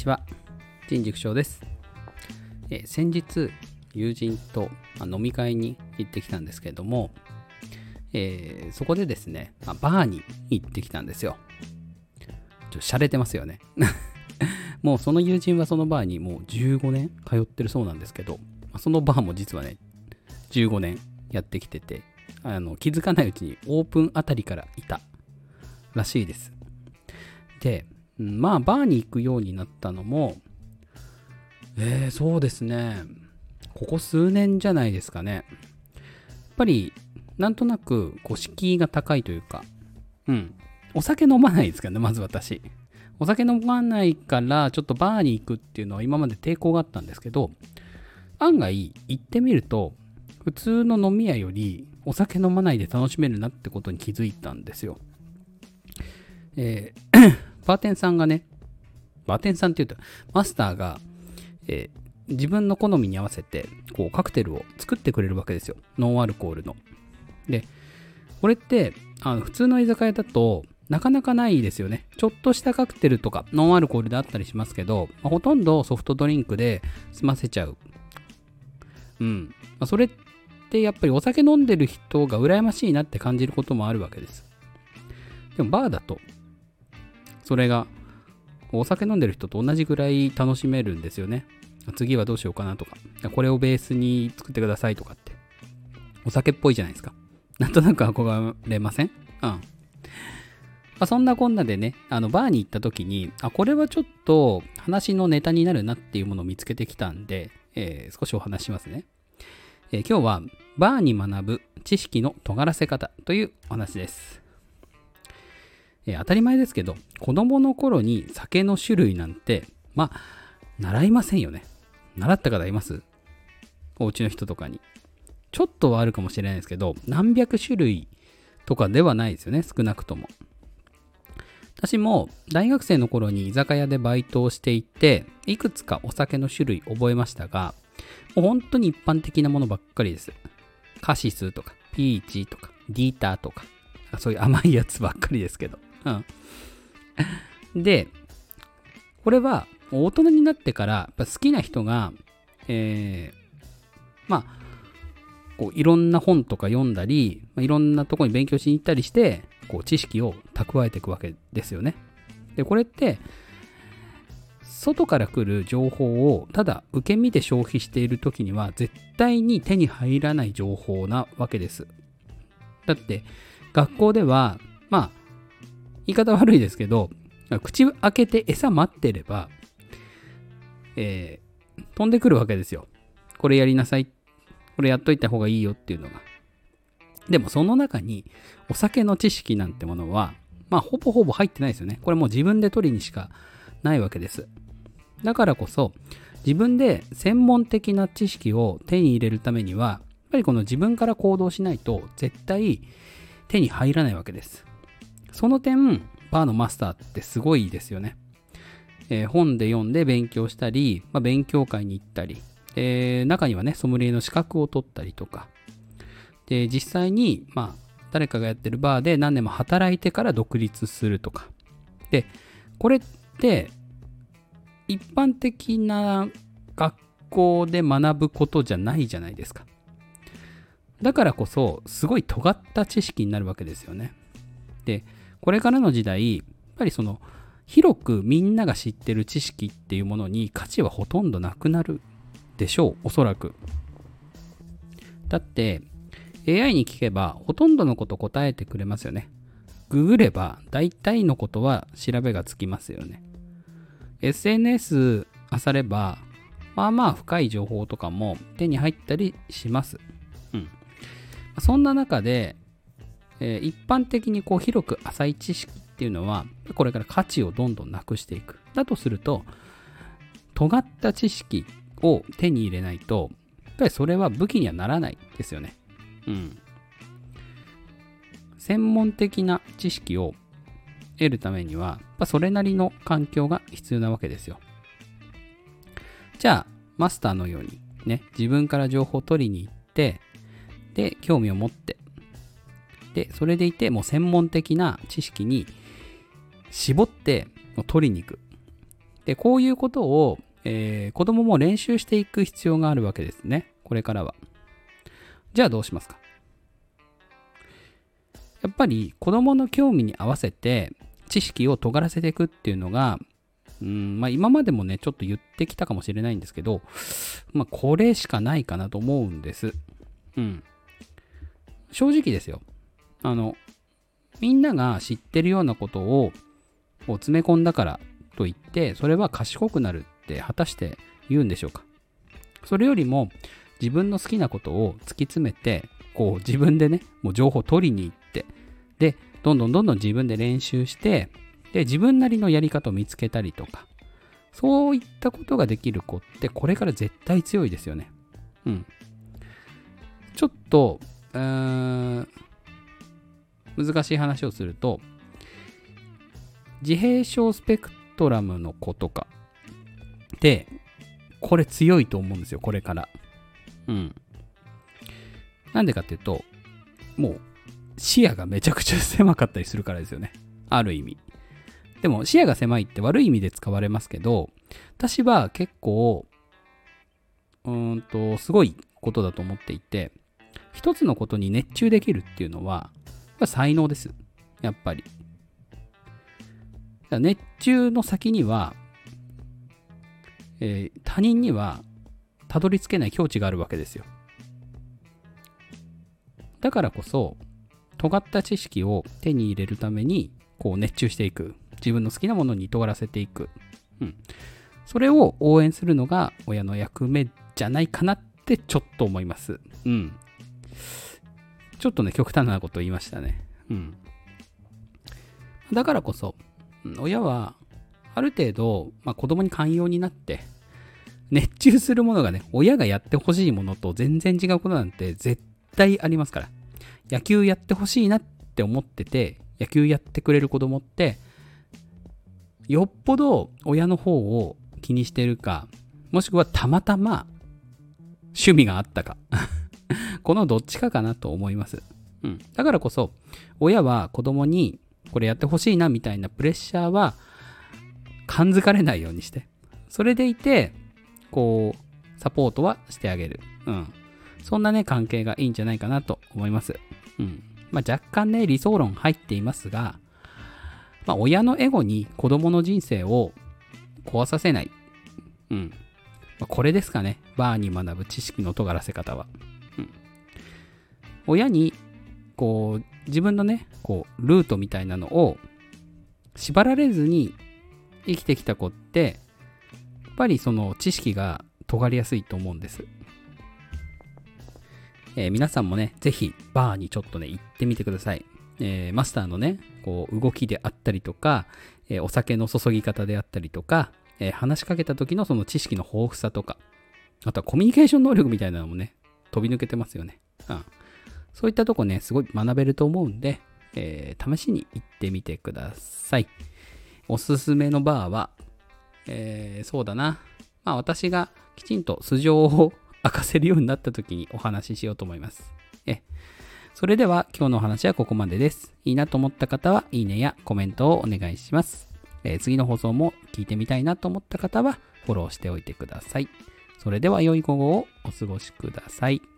ちは、陳塾長です。先日友人と飲み会に行ってきたんですけれども、そこでですね、バーに行ってきたんですよ。洒落てますよね。もうその友人はそのバーにもう15年通ってるそうなんですけど、そのバーも実はね、15年やってきてて、気づかないうちにオープンあたりからいたらしいです。で、バーに行くようになったのも、そうですね、ここ数年じゃないですかね。やっぱり、なんとなく、敷居が高いというか、お酒飲まないですからね、まず私。お酒飲まないから、ちょっとバーに行くっていうのは今まで抵抗があったんですけど、案外、行ってみると、普通の飲み屋より、お酒飲まないで楽しめるなってことに気づいたんですよ。バーテンさんがね、バーテンさんって言うと、マスターが、自分の好みに合わせて、カクテルを作ってくれるわけですよ。ノンアルコールの。で、これって、普通の居酒屋だと、なかなかないですよね。ちょっとしたカクテルとか、ノンアルコールであったりしますけど、ほとんどソフトドリンクで済ませちゃう。それってやっぱりお酒飲んでる人が羨ましいなって感じることもあるわけです。でもバーだと、それがお酒飲んでる人と同じぐらい楽しめるんですよね。次はどうしようかなとか、これをベースに作ってくださいとかって、お酒っぽいじゃないですか。なんとなく憧れません？そんなこんなでね、バーに行った時に、これはちょっと話のネタになるなっていうものを見つけてきたんで、少しお話ししますね。今日はバーに学ぶ知識の尖らせ方というお話です。当たり前ですけど、子供の頃に酒の種類なんて、習いませんよね。習った方います？お家の人とかに。ちょっとはあるかもしれないですけど、何百種類とかではないですよね、少なくとも。私も大学生の頃に居酒屋でバイトをしていて、いくつかお酒の種類覚えましたが、もう本当に一般的なものばっかりです。カシスとか、ピーチとか、ディーターとか、そういう甘いやつばっかりですけど。で、これは大人になってからやっぱ好きな人が、いろんな本とか読んだり、いろんなところに勉強しに行ったりして、知識を蓄えていくわけですよね。で、これって、外から来る情報をただ受け身で消費しているときには絶対に手に入らない情報なわけです。だって、学校では、言い方悪いですけど、口開けて餌待ってれば、飛んでくるわけですよ。これやりなさい。これやっといた方がいいよっていうのが。でもその中にお酒の知識なんてものは、ほぼほぼ入ってないですよね。これもう自分で取りにしかないわけです。だからこそ、自分で専門的な知識を手に入れるためには、やっぱりこの自分から行動しないと絶対手に入らないわけです。その点、バーのマスターってすごいですよね。本で読んで勉強したり、勉強会に行ったり、中にはね、ソムリエの資格を取ったりとか、で、実際に、誰かがやってるバーで何年も働いてから独立するとか。で、これって、一般的な学校で学ぶことじゃないじゃないですか。だからこそ、すごい尖った知識になるわけですよね。で、これからの時代、やっぱり広くみんなが知ってる知識っていうものに価値はほとんどなくなるでしょう、おそらく。だって、AI に聞けばほとんどのこと答えてくれますよね。ググれば大体のことは調べがつきますよね。SNS 漁れば、深い情報とかも手に入ったりします。そんな中で、一般的に広く浅い知識っていうのは、これから価値をどんどんなくしていく。だとすると、尖った知識を手に入れないと、やっぱりそれは武器にはならないですよね。専門的な知識を得るためには、それなりの環境が必要なわけですよ。じゃあ、マスターのようにね、自分から情報を取りに行って、で、興味を持って、で、それでいて、もう専門的な知識に絞って取りに行く。 で、こういうことを、子供も練習していく必要があるわけですね。これからは。じゃあどうしますか？やっぱり子供の興味に合わせて知識を尖らせていくっていうのが、今までもね、ちょっと言ってきたかもしれないんですけど、これしかないかなと思うんです。正直ですよ。みんなが知ってるようなことを詰め込んだからといって、それは賢くなるって果たして言うんでしょうか？それよりも自分の好きなことを突き詰めて、自分でね、もう情報を取りに行って、で、どんどん自分で練習して、で、自分なりのやり方を見つけたりとか、そういったことができる子ってこれから絶対強いですよね。ちょっと、難しい話をすると、自閉症スペクトラムの子とかで、これ強いと思うんですよ、これから。なんでかっていうと、もう視野がめちゃくちゃ狭かったりするからですよね。ある意味。でも視野が狭いって悪い意味で使われますけど、私は結構、すごいことだと思っていて、一つのことに熱中できるっていうのは、才能です。やっぱり。熱中の先には、他人にはたどり着けない境地があるわけですよ。だからこそ、尖った知識を手に入れるために、熱中していく。自分の好きなものに尖らせていく。それを応援するのが親の役目じゃないかなってちょっと思います。ちょっとね、極端なこと言いましたね。だからこそ、親は、ある程度、子供に寛容になって、熱中するものがね、親がやってほしいものと全然違うことなんて絶対ありますから。野球やってほしいなって思ってて、野球やってくれる子供って、よっぽど親の方を気にしてるか、もしくはたまたま趣味があったか。このどっちかかなと思います。だからこそ、親は子供にこれやってほしいなみたいなプレッシャーは感づかれないようにして、それでいて、サポートはしてあげる。そんなね、関係がいいんじゃないかなと思います。若干ね、理想論入っていますが、親のエゴに子供の人生を壊させない。これですかね。バーに学ぶ知識の尖らせ方は。親に、自分のね、ルートみたいなのを縛られずに生きてきた子って、やっぱりその知識が尖りやすいと思うんです。皆さんもね、ぜひバーにちょっとね、行ってみてください。マスターのね、動きであったりとか、お酒の注ぎ方であったりとか、話しかけた時のその知識の豊富さとか、あとはコミュニケーション能力みたいなのもね、飛び抜けてますよね。そういったとこね、すごい学べると思うんで、試しに行ってみてください。おすすめのバーは、そうだな。私がきちんと素性を明かせるようになった時にお話ししようと思います。それでは今日のお話はここまでです。いいなと思った方はいいねやコメントをお願いします。次の放送も聞いてみたいなと思った方はフォローしておいてください。それでは良い午後をお過ごしください。